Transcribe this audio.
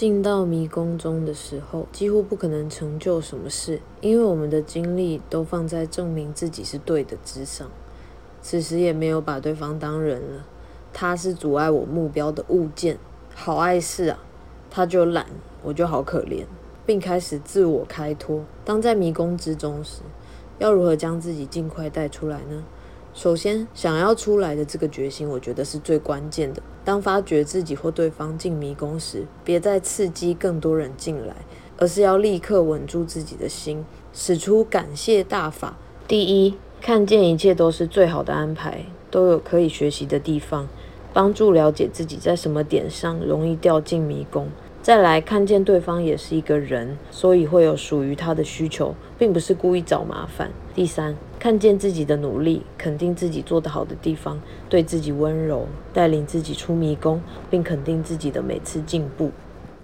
进到迷宫中的时候，几乎不可能成就什么事，因为我们的精力都放在证明自己是对的之上。此时也没有把对方当人了，他是阻碍我目标的物件，好碍事啊！他就懒，我就好可怜，并开始自我开脱。当在迷宫之中时，要如何将自己尽快带出来呢？首先，想要出来的这个决心，我觉得是最关键的。当发觉自己或对方进迷宫时，别再刺激更多人进来，而是要立刻稳住自己的心，使出感谢大法。第一，看见一切都是最好的安排，都有可以学习的地方，帮助了解自己在什么点上容易掉进迷宫。再来，看见对方也是一个人，所以会有属于他的需求，并不是故意找麻烦。第三，看见自己的努力，肯定自己做得好的地方，对自己温柔，带领自己出迷宫，并肯定自己的每次进步。